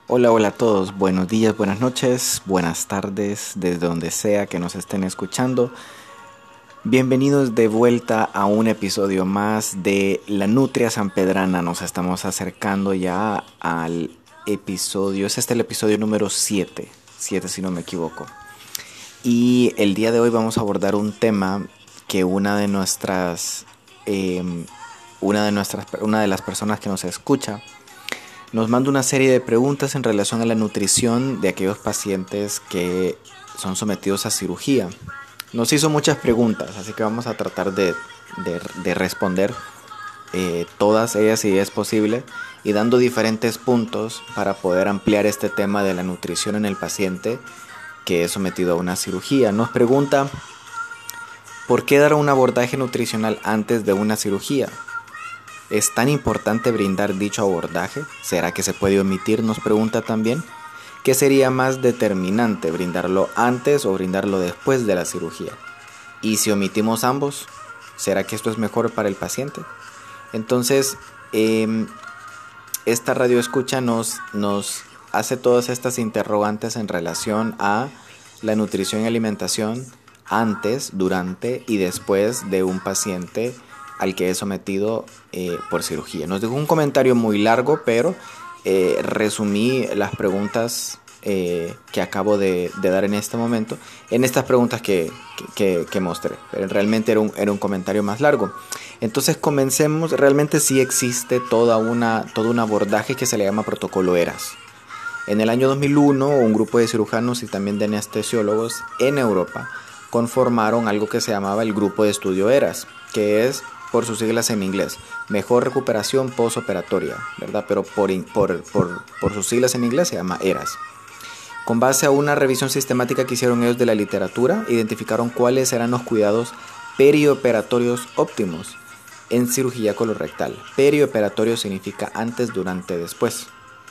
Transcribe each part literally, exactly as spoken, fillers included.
Hola, hola a todos. Buenos días, buenas noches, buenas tardes, desde donde sea que nos estén escuchando. Bienvenidos de vuelta a un episodio más de La Nutria Sanpedrana. Nos estamos acercando ya al episodio, es este el episodio número siete, siete si no me equivoco. Y el día de hoy vamos a abordar un tema que una de nuestras, eh, una de nuestras, una de las personas que nos escucha nos manda una serie de preguntas en relación a la nutrición de aquellos pacientes que son sometidos a cirugía. Nos hizo muchas preguntas, así que vamos a tratar de, de, de responder eh, todas ellas si es posible y dando diferentes puntos para poder ampliar este tema de la nutrición en el paciente que es sometido a una cirugía. Nos pregunta, ¿por qué dar un abordaje nutricional antes de una cirugía? ¿Es tan importante brindar dicho abordaje? ¿Será que se puede omitir? Nos pregunta también. ¿Qué sería más determinante, brindarlo antes o brindarlo después de la cirugía? ¿Y si omitimos ambos? ¿Será que esto es mejor para el paciente? Entonces, eh, esta radioescucha nos, nos hace todas estas interrogantes en relación a la nutrición y alimentación antes, durante y después de un paciente al que es sometido eh, por cirugía. Nos dejó un comentario muy largo, pero eh, resumí las preguntas eh, que acabo de, de dar en este momento en estas preguntas que, que, que mostré. Pero realmente era un, era un comentario más largo. Entonces comencemos. Realmente sí existe toda una, todo un abordaje que se le llama protocolo ERAS. En el año dos mil uno, un grupo de cirujanos y también de anestesiólogos en Europa conformaron algo que se llamaba el Grupo de Estudio ERAS, que es, por sus siglas en inglés, Mejor Recuperación Postoperatoria, ¿verdad? Pero por, por, por, por sus siglas en inglés se llama ERAS. Con base a una revisión sistemática que hicieron ellos de la literatura, identificaron cuáles eran los cuidados perioperatorios óptimos en cirugía colorectal. Perioperatorio significa antes, durante, después.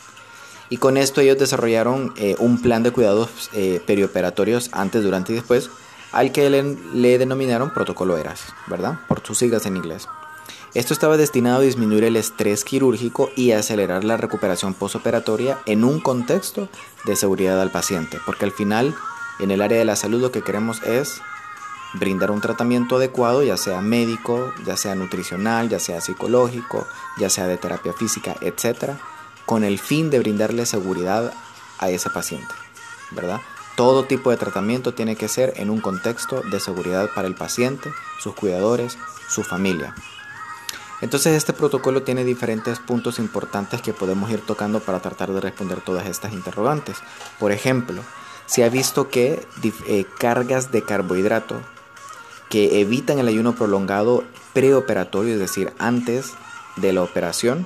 Y con esto ellos desarrollaron eh, un plan de cuidados eh, perioperatorios antes, durante y después, al que le, le denominaron protocolo ERAS, ¿verdad? Por sus siglas en inglés. Esto estaba destinado a disminuir el estrés quirúrgico y acelerar la recuperación postoperatoria en un contexto de seguridad al paciente, porque al final, en el área de la salud, lo que queremos es brindar un tratamiento adecuado, ya sea médico, ya sea nutricional, ya sea psicológico, ya sea de terapia física, etcétera, con el fin de brindarle seguridad a ese paciente, ¿verdad? Todo tipo de tratamiento tiene que ser en un contexto de seguridad para el paciente, sus cuidadores, su familia. Entonces este protocolo tiene diferentes puntos importantes que podemos ir tocando para tratar de responder todas estas interrogantes. Por ejemplo, se ha visto que eh, cargas de carbohidrato que evitan el ayuno prolongado preoperatorio, es decir, antes de la operación.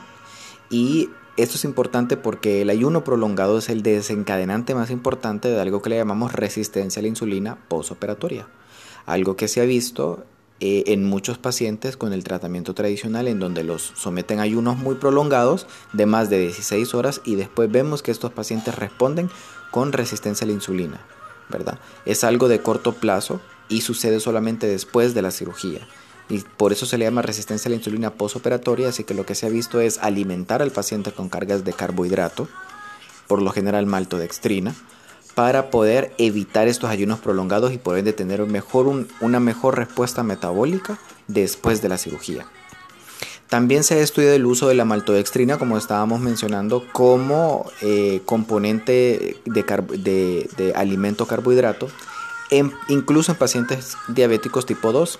Y esto es importante porque el ayuno prolongado es el desencadenante más importante de algo que le llamamos resistencia a la insulina postoperatoria. Algo que se ha visto eh, en muchos pacientes con el tratamiento tradicional, en donde los someten a ayunos muy prolongados de más de dieciséis horas y después vemos que estos pacientes responden con resistencia a la insulina, ¿verdad? Es algo de corto plazo y sucede solamente después de la cirugía. Y por eso se le llama resistencia a la insulina postoperatoria, así que lo que se ha visto es alimentar al paciente con cargas de carbohidrato, por lo general maltodextrina, para poder evitar estos ayunos prolongados y poder tener mejor un, una mejor respuesta metabólica después de la cirugía. También se ha estudiado el uso de la maltodextrina, como estábamos mencionando, como eh, componente de, de, de alimento carbohidrato, en, incluso en pacientes diabéticos tipo dos,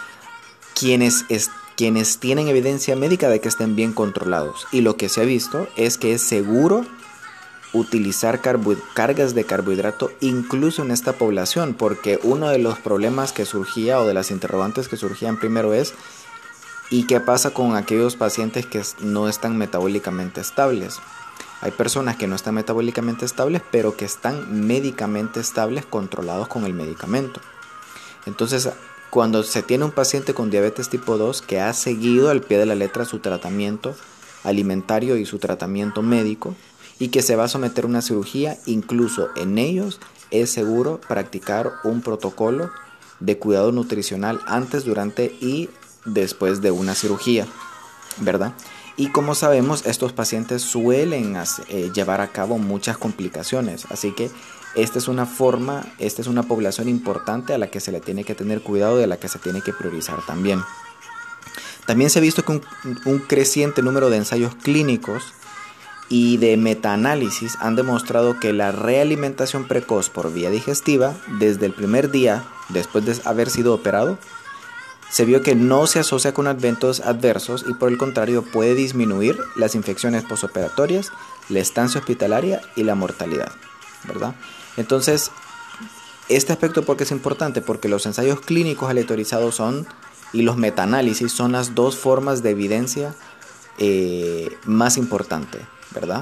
quienes, es, quienes tienen evidencia médica de que estén bien controlados. Y lo que se ha visto es que es seguro utilizar cargas de carbohidrato incluso en esta población, porque uno de los problemas que surgía o de las interrogantes que surgían primero es ¿y qué pasa con aquellos pacientes que no están metabólicamente estables? Hay personas que no están metabólicamente estables, pero que están médicamente estables, controlados con el medicamento. Entonces, cuando se tiene un paciente con diabetes tipo dos que ha seguido al pie de la letra su tratamiento alimentario y su tratamiento médico y que se va a someter a una cirugía, incluso en ellos es seguro practicar un protocolo de cuidado nutricional antes, durante y después de una cirugía, ¿verdad? Y como sabemos, estos pacientes suelen hacer, eh, llevar a cabo muchas complicaciones, así que esta es una forma, esta es una población importante a la que se le tiene que tener cuidado y a la que se tiene que priorizar también. También se ha visto que un, un creciente número de ensayos clínicos y de metaanálisis han demostrado que la realimentación precoz por vía digestiva, desde el primer día después de haber sido operado, se vio que no se asocia con eventos adversos y por el contrario puede disminuir las infecciones posoperatorias, la estancia hospitalaria y la mortalidad, ¿verdad? Entonces, este aspecto, ¿por qué es importante? Porque los ensayos clínicos aleatorizados son, y los metaanálisis son las dos formas de evidencia eh, más importantes, ¿verdad?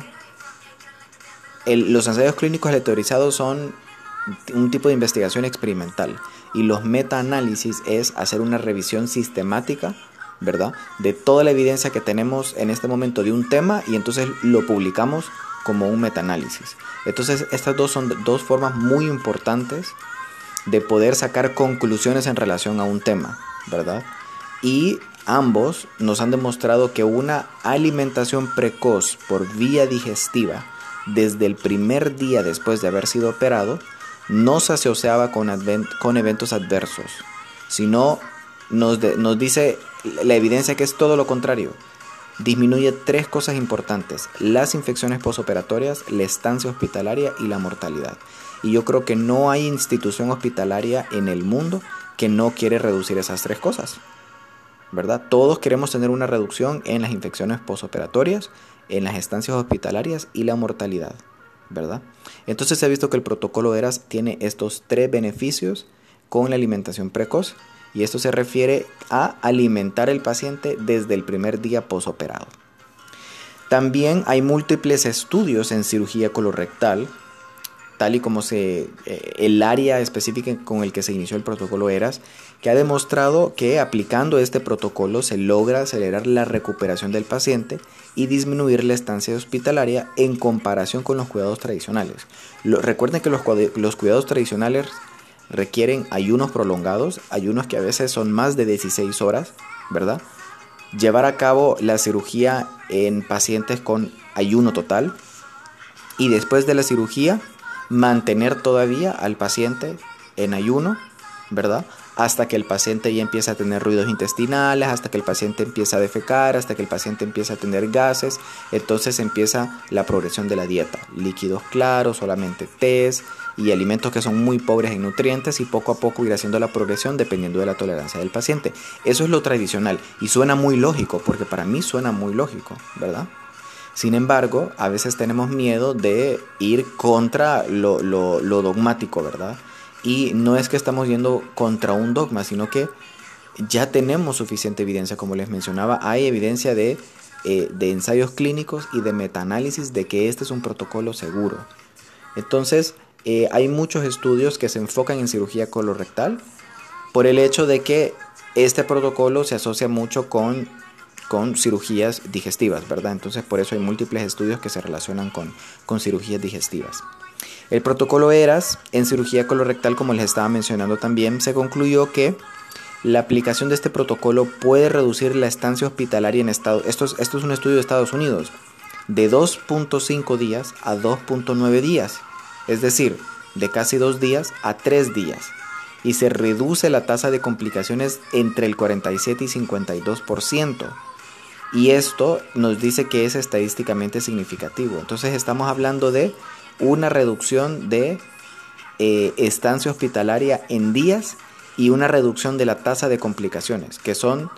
El, los ensayos clínicos aleatorizados son un tipo de investigación experimental y los metaanálisis es hacer una revisión sistemática, ¿verdad?, de toda la evidencia que tenemos en este momento de un tema y entonces lo publicamos como un metaanálisis. Entonces estas dos son dos formas muy importantes de poder sacar conclusiones en relación a un tema, ¿verdad? Y ambos nos han demostrado que una alimentación precoz por vía digestiva desde el primer día después de haber sido operado no se asociaba con, advent- con eventos adversos, sino nos, de- nos dice la evidencia que es todo lo contrario. Disminuye tres cosas importantes: las infecciones posoperatorias, la estancia hospitalaria y la mortalidad. Y yo creo que no hay institución hospitalaria en el mundo que no quiere reducir esas tres cosas, ¿verdad? Todos queremos tener una reducción en las infecciones posoperatorias, en las estancias hospitalarias y la mortalidad, ¿verdad? Entonces se ha visto que el protocolo ERAS tiene estos tres beneficios con la alimentación precoz y esto se refiere a alimentar al paciente desde el primer día posoperado. También hay múltiples estudios en cirugía colorectal, tal y como se, eh, el área específica con el que se inició el protocolo ERAS, que ha demostrado que aplicando este protocolo se logra acelerar la recuperación del paciente y disminuir la estancia hospitalaria en comparación con los cuidados tradicionales. Lo, recuerden que los, los cuidados tradicionales requieren ayunos prolongados, ayunos que a veces son más de dieciséis horas, ¿verdad? Llevar a cabo la cirugía en pacientes con ayuno total y después de la cirugía mantener todavía al paciente en ayuno, ¿verdad? Hasta que el paciente ya empieza a tener ruidos intestinales, hasta que el paciente empieza a defecar, hasta que el paciente empieza a tener gases. Entonces empieza la progresión de la dieta: líquidos claros, solamente tés y alimentos que son muy pobres en nutrientes, y poco a poco ir haciendo la progresión dependiendo de la tolerancia del paciente. Eso es lo tradicional y suena muy lógico, porque para mí suena muy lógico, ¿verdad? Sin embargo, a veces tenemos miedo de ir contra lo, lo, lo dogmático, ¿verdad? Y no es que estamos yendo contra un dogma, sino que ya tenemos suficiente evidencia, como les mencionaba. Hay evidencia de, eh, de ensayos clínicos y de metaanálisis de que este es un protocolo seguro. Entonces, eh, hay muchos estudios que se enfocan en cirugía colorectal por el hecho de que este protocolo se asocia mucho con... con cirugías digestivas, ¿verdad? Entonces por eso hay múltiples estudios que se relacionan con, con cirugías digestivas. El protocolo ERAS en cirugía colorectal, como les estaba mencionando también, se concluyó que la aplicación de este protocolo puede reducir la estancia hospitalaria en Estados Unidos. Esto es, esto es un estudio de Estados Unidos, de dos punto cinco días a dos punto nueve días, es decir, de casi dos días a tres días. Y se reduce la tasa de complicaciones entre el cuarenta y siete y cincuenta y dos por ciento. Y esto nos dice que es estadísticamente significativo. Entonces estamos hablando de una reducción de eh, estancia hospitalaria en días y una reducción de la tasa de complicaciones, que son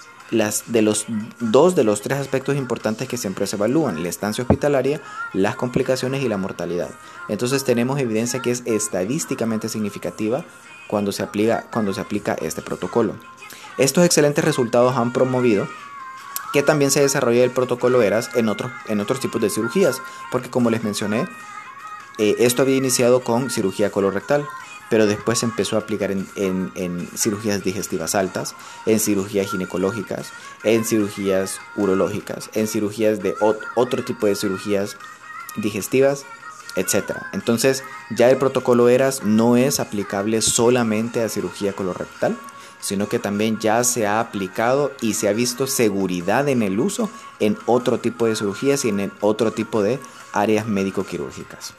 las de los dos de los tres aspectos importantes que siempre se evalúan: la estancia hospitalaria, las complicaciones y la mortalidad. Entonces tenemos evidencia que es estadísticamente significativa cuando se aplica, cuando se aplica este protocolo. Estos excelentes resultados han promovido que también se desarrolla el protocolo ERAS en otros, en otros tipos de cirugías, porque como les mencioné, eh, esto había iniciado con cirugía colorectal, pero después se empezó a aplicar en, en, en cirugías digestivas altas, en cirugías ginecológicas, en cirugías urológicas, en cirugías de ot- otro tipo de cirugías digestivas, etcétera. Entonces ya el protocolo ERAS no es aplicable solamente a cirugía colorectal, sino que también ya se ha aplicado y se ha visto seguridad en el uso en otro tipo de cirugías y en otro tipo de áreas médico-quirúrgicas.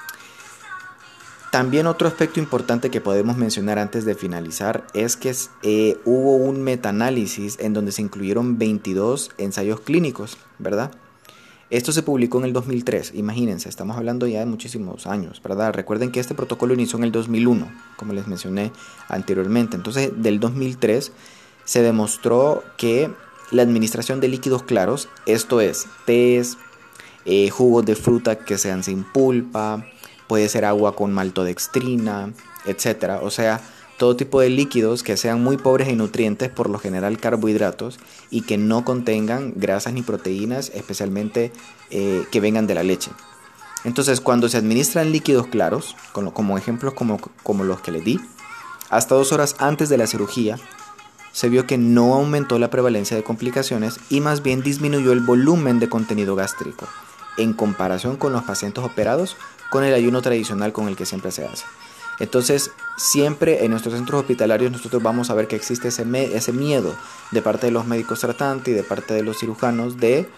También otro aspecto importante que podemos mencionar antes de finalizar es que eh, hubo un metaanálisis en donde se incluyeron veintidós ensayos clínicos, ¿verdad? Esto se publicó en el dos mil tres, imagínense, estamos hablando ya de muchísimos años, ¿verdad? Recuerden que este protocolo inició en el dos mil uno, como les mencioné anteriormente. Entonces, del dos mil tres se demostró que la administración de líquidos claros, esto es, tés, eh, jugos de fruta que sean sin pulpa, puede ser agua con maltodextrina, etcétera. O sea, todo tipo de líquidos que sean muy pobres en nutrientes, por lo general carbohidratos, y que no contengan grasas ni proteínas, especialmente eh, que vengan de la leche. Entonces, cuando se administran líquidos claros, como, como ejemplos como, como los que les di, hasta dos horas antes de la cirugía, se vio que no aumentó la prevalencia de complicaciones y más bien disminuyó el volumen de contenido gástrico, en comparación con los pacientes operados con el ayuno tradicional con el que siempre se hace. Entonces, siempre en nuestros centros hospitalarios nosotros vamos a ver que existe ese, me- ese miedo de parte de los médicos tratantes y de parte de los cirujanos de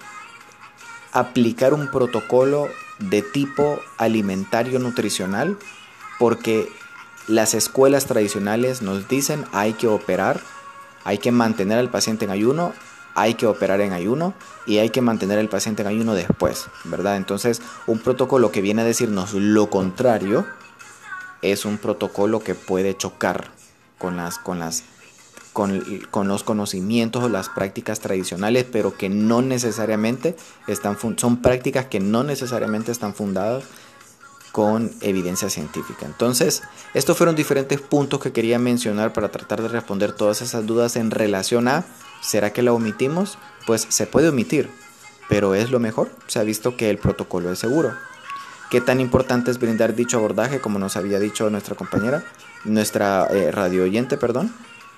aplicar un protocolo de tipo alimentario nutricional, porque las escuelas tradicionales nos dicen hay que operar, hay que mantener al paciente en ayuno, hay que operar en ayuno y hay que mantener al paciente en ayuno después, ¿verdad? Entonces, un protocolo que viene a decirnos lo contrario es un protocolo que puede chocar con las, con las, con, con los conocimientos o las prácticas tradicionales, pero que no necesariamente están, son prácticas que no necesariamente están fundadas con evidencia científica. Entonces, estos fueron diferentes puntos que quería mencionar para tratar de responder todas esas dudas en relación a ¿será que la omitimos? Pues se puede omitir, pero es lo mejor. Se ha visto que el protocolo es seguro. ¿Qué tan importante es brindar dicho abordaje, como nos había dicho nuestra compañera, nuestra eh, radio oyente, perdón?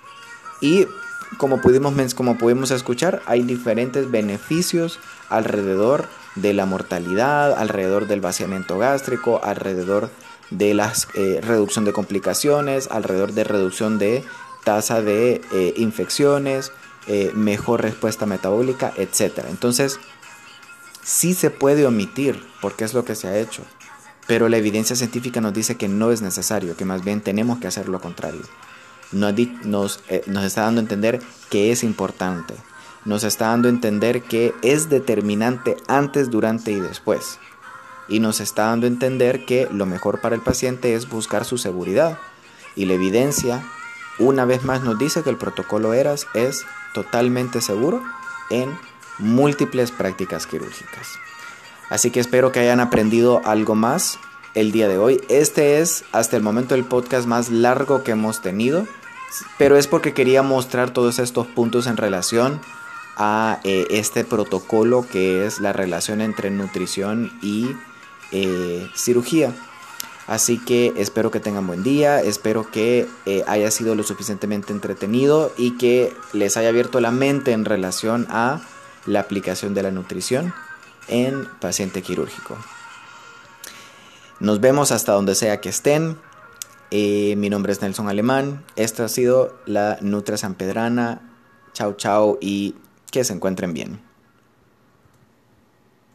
Y como pudimos, como pudimos escuchar, hay diferentes beneficios alrededor de la mortalidad, alrededor del vaciamiento gástrico, alrededor de la eh, reducción de complicaciones, alrededor de reducción de tasa de eh, infecciones, eh, mejor respuesta metabólica, etcétera. Entonces, sí se puede omitir, porque es lo que se ha hecho, pero la evidencia científica nos dice que no es necesario, que más bien tenemos que hacer lo contrario. Nos, nos, eh, nos está dando a entender que es importante, nos está dando a entender que es determinante antes, durante y después, y nos está dando a entender que lo mejor para el paciente es buscar su seguridad, y la evidencia una vez más nos dice que el protocolo ERAS es totalmente seguro en múltiples prácticas quirúrgicas. Así que espero que hayan aprendido algo más el día de hoy. Este es hasta el momento el podcast más largo que hemos tenido, pero es porque quería mostrar todos estos puntos en relación a eh, este protocolo que es la relación entre nutrición y eh, cirugía. Así que espero que tengan buen día, espero que eh, haya sido lo suficientemente entretenido y que les haya abierto la mente en relación a la aplicación de la nutrición en paciente quirúrgico. Nos vemos hasta donde sea que estén. Eh, mi nombre es Nelson Alemán. Esto ha sido la Nutria Sanpedrana. Chao, chao y que se encuentren bien.